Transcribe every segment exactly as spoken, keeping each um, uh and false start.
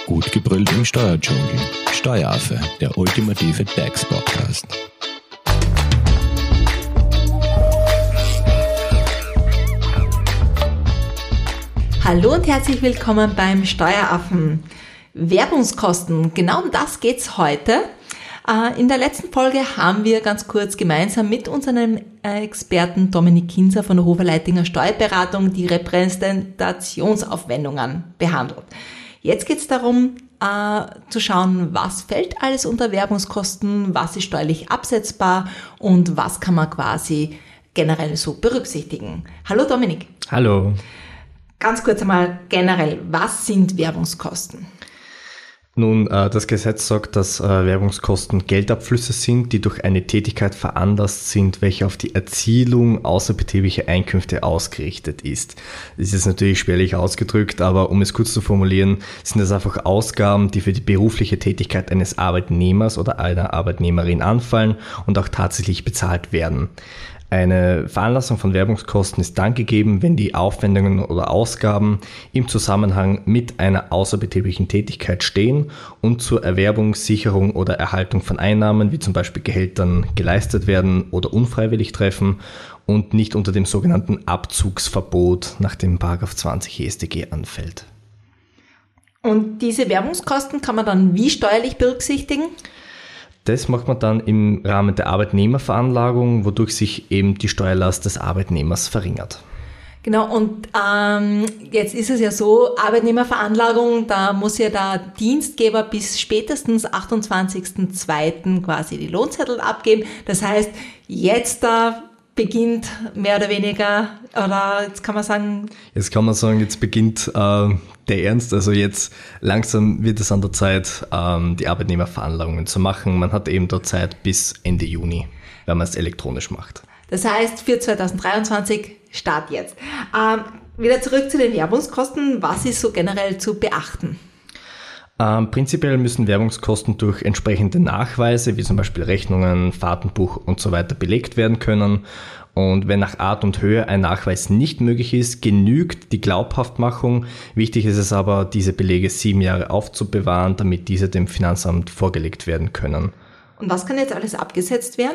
Gut gebrüllt im Steuerdschungel. Steueraffe, der ultimative Tax-Podcast. Hallo und herzlich willkommen beim Steueraffen. Werbungskosten, genau um das geht's heute. In der letzten Folge haben wir ganz kurz gemeinsam mit unserem Experten Dominik Kinzer von der Hofer Leitinger Steuerberatung die Repräsentationsaufwendungen behandelt. Jetzt geht's darum, äh, zu schauen, was fällt alles unter Werbungskosten, was ist steuerlich absetzbar und was kann man quasi generell so berücksichtigen. Hallo Dominik. Hallo. Ganz kurz einmal generell, was sind Werbungskosten? Nun, äh, das Gesetz sagt, dass äh, Werbungskosten Geldabflüsse sind, die durch eine Tätigkeit veranlasst sind, welche auf die Erzielung außerbetrieblicher Einkünfte ausgerichtet ist. Das ist natürlich schwerlich ausgedrückt, aber um es kurz zu formulieren, sind das einfach Ausgaben, die für die berufliche Tätigkeit eines Arbeitnehmers oder einer Arbeitnehmerin anfallen und auch tatsächlich bezahlt werden. Eine Veranlassung von Werbungskosten ist dann gegeben, wenn die Aufwendungen oder Ausgaben im Zusammenhang mit einer außerbetrieblichen Tätigkeit stehen und zur Erwerbung, Sicherung oder Erhaltung von Einnahmen, wie zum Beispiel Gehältern, geleistet werden oder unfreiwillig treffen und nicht unter dem sogenannten Abzugsverbot nach dem Paragraph zwanzig E S t G anfällt. Und diese Werbungskosten kann man dann wie steuerlich berücksichtigen? Das macht man dann im Rahmen der Arbeitnehmerveranlagung, wodurch sich eben die Steuerlast des Arbeitnehmers verringert. Genau, und ähm, jetzt ist es ja so, Arbeitnehmerveranlagung, da muss ja der Dienstgeber bis spätestens achtundzwanzigsten zweiten quasi die Lohnzettel abgeben. Das heißt, jetzt da beginnt mehr oder weniger, oder jetzt kann man sagen... Jetzt kann man sagen, jetzt beginnt äh, der Ernst, also jetzt langsam wird es an der Zeit, ähm, die Arbeitnehmerveranlagungen zu machen. Man hat eben da Zeit bis Ende Juni, wenn man es elektronisch macht. Das heißt, für zweitausenddreiundzwanzig Start jetzt. Ähm, wieder zurück zu den Werbungskosten. Was ist so generell zu beachten? Ähm, prinzipiell müssen Werbungskosten durch entsprechende Nachweise, wie zum Beispiel Rechnungen, Fahrtenbuch und so weiter, belegt werden können. Und wenn nach Art und Höhe ein Nachweis nicht möglich ist, genügt die Glaubhaftmachung. Wichtig ist es aber, diese Belege sieben Jahre aufzubewahren, damit diese dem Finanzamt vorgelegt werden können. Und was kann jetzt alles abgesetzt werden?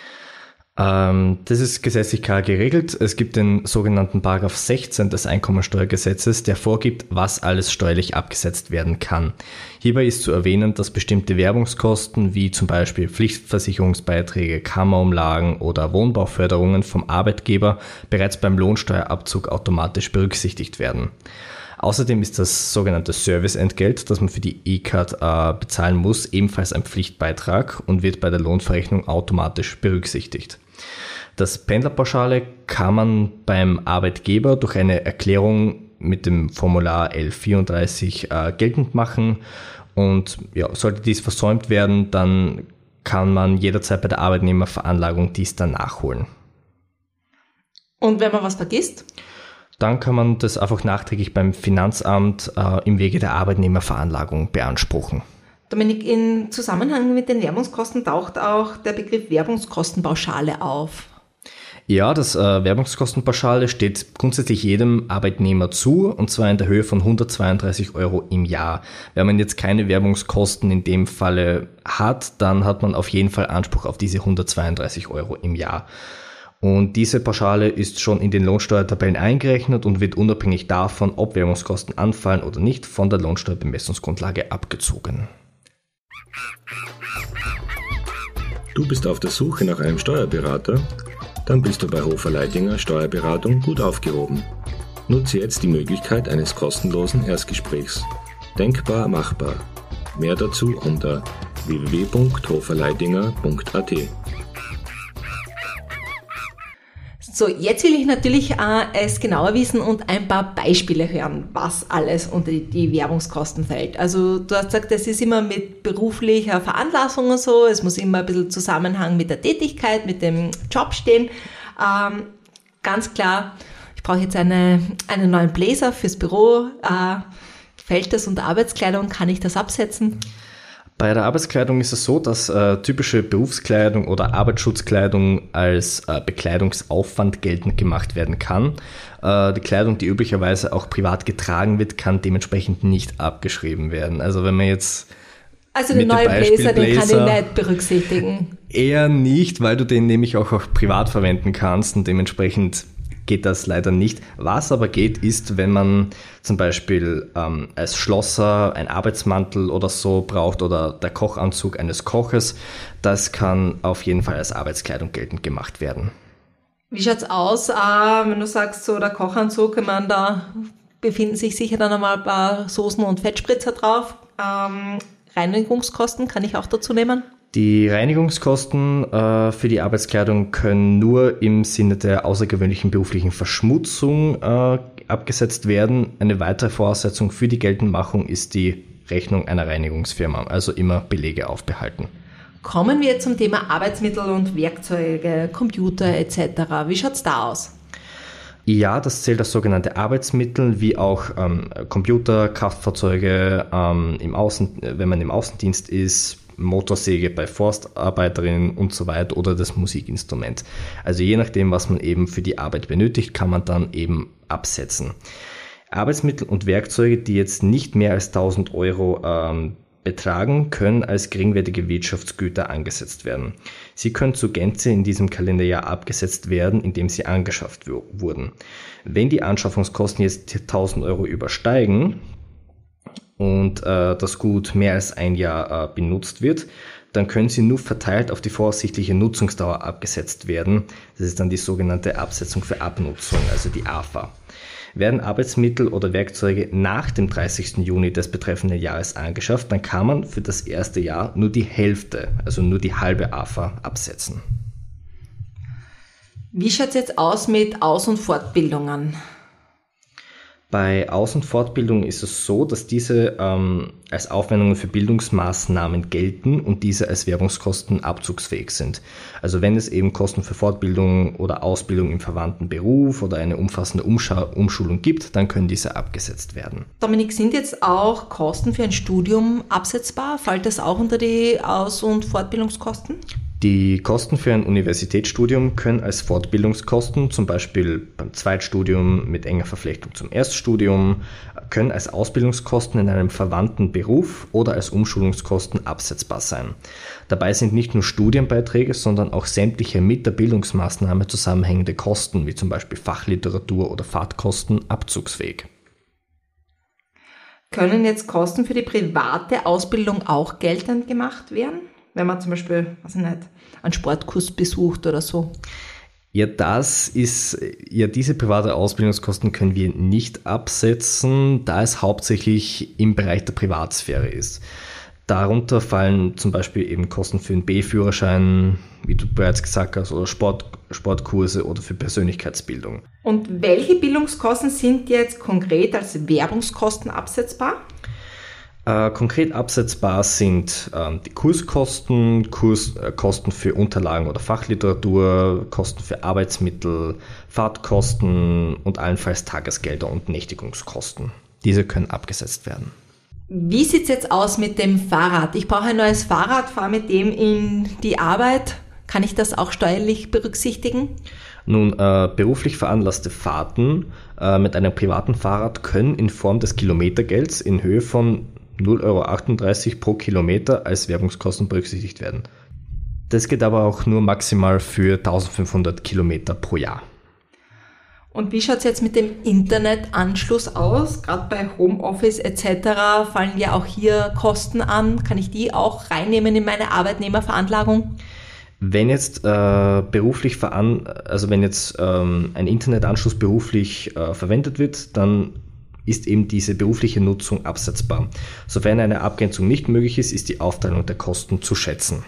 Ähm, das ist gesetzlich klar geregelt. Es gibt den sogenannten Paragraph sechzehn des Einkommensteuergesetzes, der vorgibt, was alles steuerlich abgesetzt werden kann. Hierbei ist zu erwähnen, dass bestimmte Werbungskosten wie zum Beispiel Pflichtversicherungsbeiträge, Kammerumlagen oder Wohnbauförderungen vom Arbeitgeber bereits beim Lohnsteuerabzug automatisch berücksichtigt werden. Außerdem ist das sogenannte Serviceentgelt, das man für die E-Card äh, bezahlen muss, ebenfalls ein Pflichtbeitrag und wird bei der Lohnverrechnung automatisch berücksichtigt. Das Pendlerpauschale kann man beim Arbeitgeber durch eine Erklärung mit dem Formular L vierunddreißig äh, geltend machen und ja, sollte dies versäumt werden, dann kann man jederzeit bei der Arbeitnehmerveranlagung dies dann nachholen. Und wenn man was vergisst? Dann kann man das einfach nachträglich beim Finanzamt äh, im Wege der Arbeitnehmerveranlagung beanspruchen. Dominik, in Zusammenhang mit den Werbungskosten taucht auch der Begriff Werbungskostenpauschale auf. Ja, das äh, Werbungskostenpauschale steht grundsätzlich jedem Arbeitnehmer zu, und zwar in der Höhe von hundertzweiunddreißig Euro im Jahr. Wenn man jetzt keine Werbungskosten in dem Falle hat, dann hat man auf jeden Fall Anspruch auf diese hundertzweiunddreißig Euro im Jahr. Und diese Pauschale ist schon in den Lohnsteuertabellen eingerechnet und wird unabhängig davon, ob Werbungskosten anfallen oder nicht, von der Lohnsteuerbemessungsgrundlage abgezogen. Du bist auf der Suche nach einem Steuerberater? Dann bist du bei Hofer Leitinger Steuerberatung gut aufgehoben. Nutze jetzt die Möglichkeit eines kostenlosen Erstgesprächs. Denkbar machbar. Mehr dazu unter w w w punkt hoferleitinger punkt a t. So, jetzt will ich natürlich äh, es genauer wissen und ein paar Beispiele hören, was alles unter die, die Werbungskosten fällt. Also du hast gesagt, das ist immer mit beruflicher Veranlassung und so, es muss immer ein bisschen Zusammenhang mit der Tätigkeit, mit dem Job stehen. Ähm, ganz klar, ich brauche jetzt eine, einen neuen Blazer fürs Büro. Äh, fällt das unter Arbeitskleidung? Kann ich das absetzen? Bei der Arbeitskleidung ist es so, dass äh, typische Berufskleidung oder Arbeitsschutzkleidung als äh, Bekleidungsaufwand geltend gemacht werden kann. Äh, die Kleidung, die üblicherweise auch privat getragen wird, kann dementsprechend nicht abgeschrieben werden. Also wenn man jetzt Also den neuen Blazer, den kann ich nicht berücksichtigen. Eher nicht, weil du den nämlich auch, auch privat verwenden kannst und dementsprechend geht das leider nicht. Was aber geht, ist, wenn man zum Beispiel ähm, als Schlosser einen Arbeitsmantel oder so braucht oder der Kochanzug eines Koches, das kann auf jeden Fall als Arbeitskleidung geltend gemacht werden. Wie schaut's aus, äh, wenn du sagst, so der Kochanzug, ich meine, da befinden sich sicher dann einmal ein paar Soßen und Fettspritzer drauf. Ähm, Reinigungskosten kann ich auch dazu nehmen? Die Reinigungskosten äh, für die Arbeitskleidung können nur im Sinne der außergewöhnlichen beruflichen Verschmutzung äh, abgesetzt werden. Eine weitere Voraussetzung für die Geltendmachung ist die Rechnung einer Reinigungsfirma, also immer Belege aufbehalten. Kommen wir zum Thema Arbeitsmittel und Werkzeuge, Computer et cetera. Wie schaut's da aus? Ja, das zählt als sogenannte Arbeitsmittel, wie auch ähm, Computer, Kraftfahrzeuge, ähm, im Außen, wenn man im Außendienst ist, Motorsäge bei Forstarbeiterinnen und so weiter oder das Musikinstrument. Also je nachdem, was man eben für die Arbeit benötigt, kann man dann eben absetzen. Arbeitsmittel und Werkzeuge, die jetzt nicht mehr als tausend Euro ähm, betragen, können als geringwertige Wirtschaftsgüter angesetzt werden. Sie können zur Gänze in diesem Kalenderjahr abgesetzt werden, indem sie angeschafft w- wurden. Wenn die Anschaffungskosten jetzt tausend Euro übersteigen, und äh, das Gut mehr als ein Jahr äh, benutzt wird, dann können sie nur verteilt auf die voraussichtliche Nutzungsdauer abgesetzt werden. Das ist dann die sogenannte Absetzung für Abnutzung, also die A F A. Werden Arbeitsmittel oder Werkzeuge nach dem dreißigsten Juni des betreffenden Jahres angeschafft, dann kann man für das erste Jahr nur die Hälfte, also nur die halbe A F A absetzen. Wie schaut es jetzt aus mit Aus- und Fortbildungen? Bei Aus- und Fortbildung ist es so, dass diese ähm, als Aufwendungen für Bildungsmaßnahmen gelten und diese als Werbungskosten abzugsfähig sind. Also wenn es eben Kosten für Fortbildung oder Ausbildung im verwandten Beruf oder eine umfassende Umscha- Umschulung gibt, dann können diese abgesetzt werden. Dominik, sind jetzt auch Kosten für ein Studium absetzbar? Fällt das auch unter die Aus- und Fortbildungskosten? Die Kosten für ein Universitätsstudium können als Fortbildungskosten, zum Beispiel beim Zweitstudium mit enger Verflechtung zum Erststudium, können als Ausbildungskosten in einem verwandten Beruf oder als Umschulungskosten absetzbar sein. Dabei sind nicht nur Studienbeiträge, sondern auch sämtliche mit der Bildungsmaßnahme zusammenhängende Kosten, wie zum Beispiel Fachliteratur oder Fahrtkosten, abzugsfähig. Können jetzt Kosten für die private Ausbildung auch geltend gemacht werden? Wenn man zum Beispiel, weiß ich nicht, einen Sportkurs besucht oder so. Ja, das ist, ja, diese private Ausbildungskosten können wir nicht absetzen, da es hauptsächlich im Bereich der Privatsphäre ist. Darunter fallen zum Beispiel eben Kosten für den B-Führerschein, wie du bereits gesagt hast, oder Sport, Sportkurse oder für Persönlichkeitsbildung. Und welche Bildungskosten sind jetzt konkret als Werbungskosten absetzbar? Äh, konkret absetzbar sind ähm, die Kurskosten, Kurskosten äh, für Unterlagen oder Fachliteratur, Kosten für Arbeitsmittel, Fahrtkosten und allenfalls Tagesgelder und Nächtigungskosten. Diese können abgesetzt werden. Wie sieht es jetzt aus mit dem Fahrrad? Ich brauche ein neues Fahrrad, fahre mit dem in die Arbeit. Kann ich das auch steuerlich berücksichtigen? Nun, äh, beruflich veranlasste Fahrten äh, mit einem privaten Fahrrad können in Form des Kilometergelds in Höhe von null Euro achtunddreißig pro Kilometer als Werbungskosten berücksichtigt werden. Das geht aber auch nur maximal für eintausendfünfhundert Kilometer pro Jahr. Und wie schaut es jetzt mit dem Internetanschluss aus? Gerade bei Homeoffice et cetera fallen ja auch hier Kosten an. Kann ich die auch reinnehmen in meine Arbeitnehmerveranlagung? Wenn jetzt äh, beruflich veran, also wenn jetzt ähm, ein Internetanschluss beruflich äh, verwendet wird, dann ist eben diese berufliche Nutzung absetzbar. Sofern eine Abgrenzung nicht möglich ist, ist die Aufteilung der Kosten zu schätzen.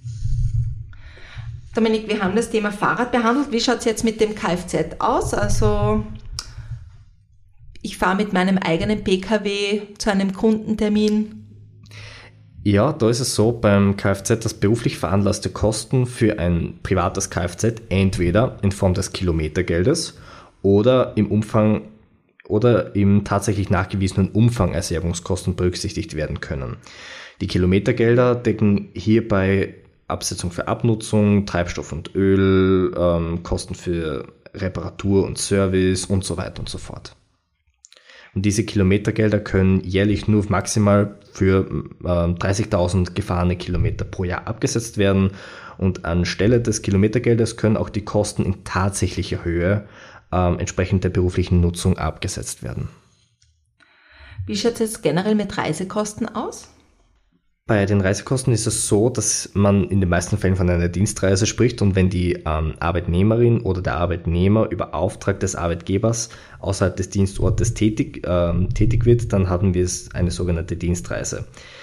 Dominik, wir haben das Thema Fahrrad behandelt. Wie schaut es jetzt mit dem Kfz aus? Also ich fahre mit meinem eigenen P K W zu einem Kundentermin. Ja, da ist es so beim Kfz, dass beruflich veranlasste Kosten für ein privates Kfz entweder in Form des Kilometergeldes oder im Umfang oder im tatsächlich nachgewiesenen Umfang als Werbungskosten berücksichtigt werden können. Die Kilometergelder decken hierbei Absetzung für Abnutzung, Treibstoff und Öl, ähm, Kosten für Reparatur und Service und so weiter und so fort. Und diese Kilometergelder können jährlich nur maximal für äh, dreißigtausend gefahrene Kilometer pro Jahr abgesetzt werden und anstelle des Kilometergeldes können auch die Kosten in tatsächlicher Höhe äh, entsprechend der beruflichen Nutzung abgesetzt werden. Wie schaut es jetzt generell mit Reisekosten aus? Bei den Reisekosten ist es so, dass man in den meisten Fällen von einer Dienstreise spricht und wenn die ähm, Arbeitnehmerin oder der Arbeitnehmer über Auftrag des Arbeitgebers außerhalb des Dienstortes tätig, ähm, tätig wird, dann haben wir es eine sogenannte Dienstreise.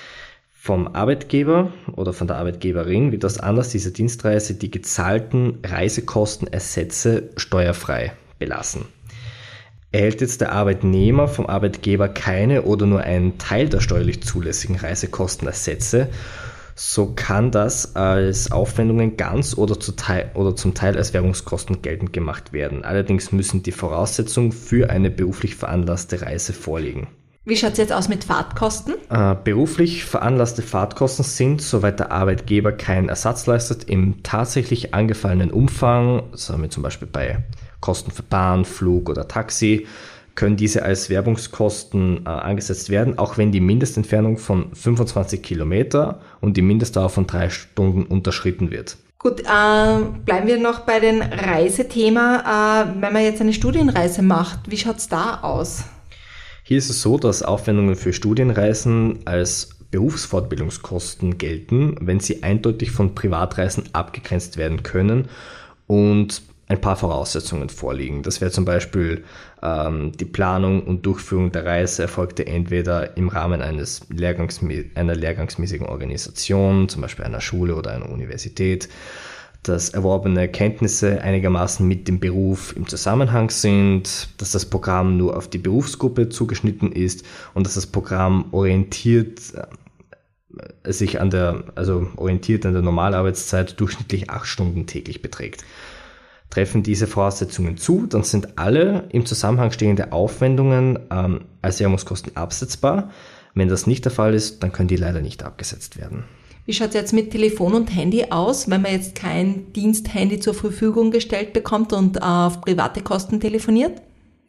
Vom Arbeitgeber oder von der Arbeitgeberin wird aus Anlass dieser Dienstreise die gezahlten Reisekostenersätze steuerfrei belassen. Erhält jetzt der Arbeitnehmer vom Arbeitgeber keine oder nur einen Teil der steuerlich zulässigen Reisekostenersätze, so kann das als Aufwendungen ganz oder, zu Teil, oder zum Teil als Werbungskosten geltend gemacht werden. Allerdings müssen die Voraussetzungen für eine beruflich veranlasste Reise vorliegen. Wie schaut es jetzt aus mit Fahrtkosten? Äh, beruflich veranlasste Fahrtkosten sind, soweit der Arbeitgeber keinen Ersatz leistet, im tatsächlich angefallenen Umfang, sagen wir zum Beispiel bei Kosten für Bahn, Flug oder Taxi, können diese als Werbungskosten äh, angesetzt werden, auch wenn die Mindestentfernung von fünfundzwanzig Kilometer und die Mindestdauer von drei Stunden unterschritten wird. Gut, äh, bleiben wir noch bei dem Reisethema. Äh, wenn man jetzt eine Studienreise macht, wie schaut es da aus? Hier ist es so, dass Aufwendungen für Studienreisen als Berufsfortbildungskosten gelten, wenn sie eindeutig von Privatreisen abgegrenzt werden können und ein paar Voraussetzungen vorliegen. Das wäre zum Beispiel ähm, die Planung und Durchführung der Reise erfolgte entweder im Rahmen eines Lehrgangs, einer lehrgangsmäßigen Organisation, zum Beispiel einer Schule oder einer Universität, dass erworbene Kenntnisse einigermaßen mit dem Beruf im Zusammenhang sind, dass das Programm nur auf die Berufsgruppe zugeschnitten ist und dass das Programm orientiert äh, sich an der, also orientiert an der Normalarbeitszeit durchschnittlich acht Stunden täglich beträgt. Treffen diese Voraussetzungen zu, dann sind alle im Zusammenhang stehende Aufwendungen ähm, als Werbungskosten absetzbar. Wenn das nicht der Fall ist, dann können die leider nicht abgesetzt werden. Wie schaut es jetzt mit Telefon und Handy aus, wenn man jetzt kein Diensthandy zur Verfügung gestellt bekommt und auf private Kosten telefoniert?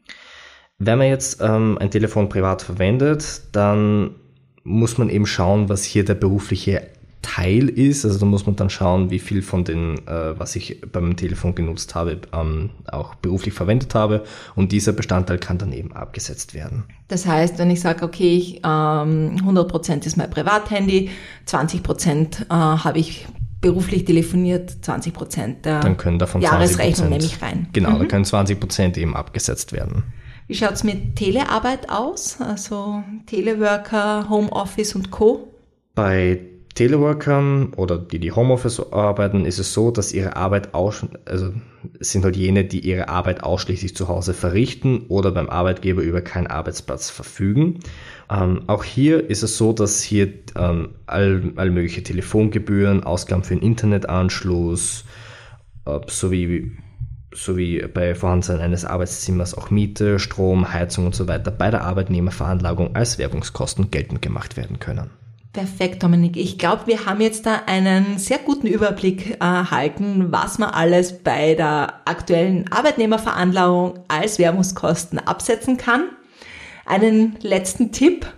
Wenn man jetzt ähm, ein Telefon privat verwendet, dann muss man eben schauen, was hier der berufliche Teil ist. Also da muss man dann schauen, wie viel von den, äh, was ich beim Telefon genutzt habe, ähm, auch beruflich verwendet habe. Und dieser Bestandteil kann dann eben abgesetzt werden. Das heißt, wenn ich sage, okay, ich, ähm, hundert Prozent ist mein Privathandy, zwanzig Prozent äh, habe ich beruflich telefoniert, zwanzig Prozent der dann können davon Jahresrechnung nehme ich rein. Genau, mhm. da können zwanzig Prozent eben abgesetzt werden. Wie schaut es mit Telearbeit aus? Also Teleworker, Homeoffice und Co.? Bei Teleworkern oder die, die Homeoffice arbeiten, ist es so, dass ihre Arbeit aus, also es sind halt jene, die ihre Arbeit ausschließlich zu Hause verrichten oder beim Arbeitgeber über keinen Arbeitsplatz verfügen. Ähm, auch hier ist es so, dass hier ähm, all, all mögliche Telefongebühren, Ausgaben für den Internetanschluss, äh, sowie sowie bei Vorhandensein eines Arbeitszimmers auch Miete, Strom, Heizung und so weiter bei der Arbeitnehmerveranlagung als Werbungskosten geltend gemacht werden können. Perfekt, Dominik. Ich glaube, wir haben jetzt da einen sehr guten Überblick erhalten, was man alles bei der aktuellen Arbeitnehmerveranlagung als Werbungskosten absetzen kann. Einen letzten Tipp?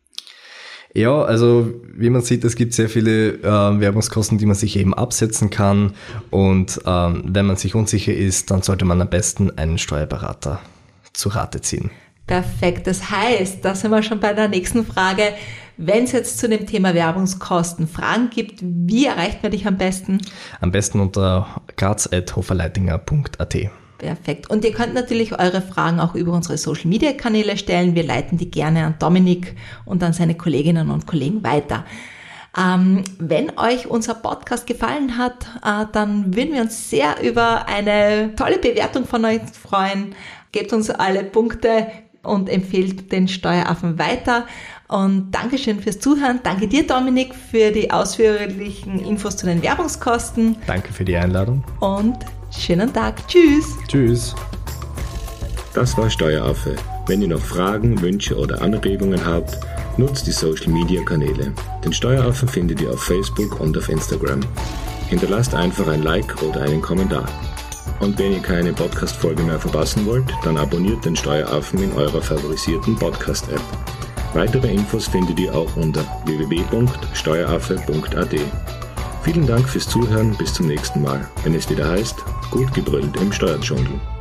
Ja, also wie man sieht, es gibt sehr viele äh, Werbungskosten, die man sich eben absetzen kann. Und ähm, wenn man sich unsicher ist, dann sollte man am besten einen Steuerberater zu Rate ziehen. Perfekt. Das heißt, da sind wir schon bei der nächsten Frage. Wenn es jetzt zu dem Thema Werbungskosten Fragen gibt, wie erreicht man dich am besten? Am besten unter graz at hoferleitinger punkt a t. Perfekt. Und ihr könnt natürlich eure Fragen auch über unsere Social-Media-Kanäle stellen. Wir leiten die gerne an Dominik und an seine Kolleginnen und Kollegen weiter. Ähm, wenn euch unser Podcast gefallen hat, äh, dann würden wir uns sehr über eine tolle Bewertung von euch freuen. Gebt uns alle Punkte und empfehlt den Steueraffen weiter. Und Dankeschön fürs Zuhören. Danke dir, Dominik, für die ausführlichen Infos zu den Werbungskosten. Danke für die Einladung. Und schönen Tag. Tschüss. Tschüss. Das war Steueraffe, Wenn ihr noch Fragen, Wünsche oder Anregungen habt, nutzt die Social Media Kanäle. Den Steueraffen findet ihr auf Facebook und auf Instagram. Hinterlasst einfach ein Like oder einen Kommentar. Und wenn ihr keine Podcast-Folge mehr verpassen wollt, dann abonniert den Steueraffen in eurer favorisierten Podcast-App. Weitere Infos findet ihr auch unter w w w punkt steueraffe punkt a t. Vielen Dank fürs Zuhören, bis zum nächsten Mal, wenn es wieder heißt, gut gebrüllt im Steuerdschungel.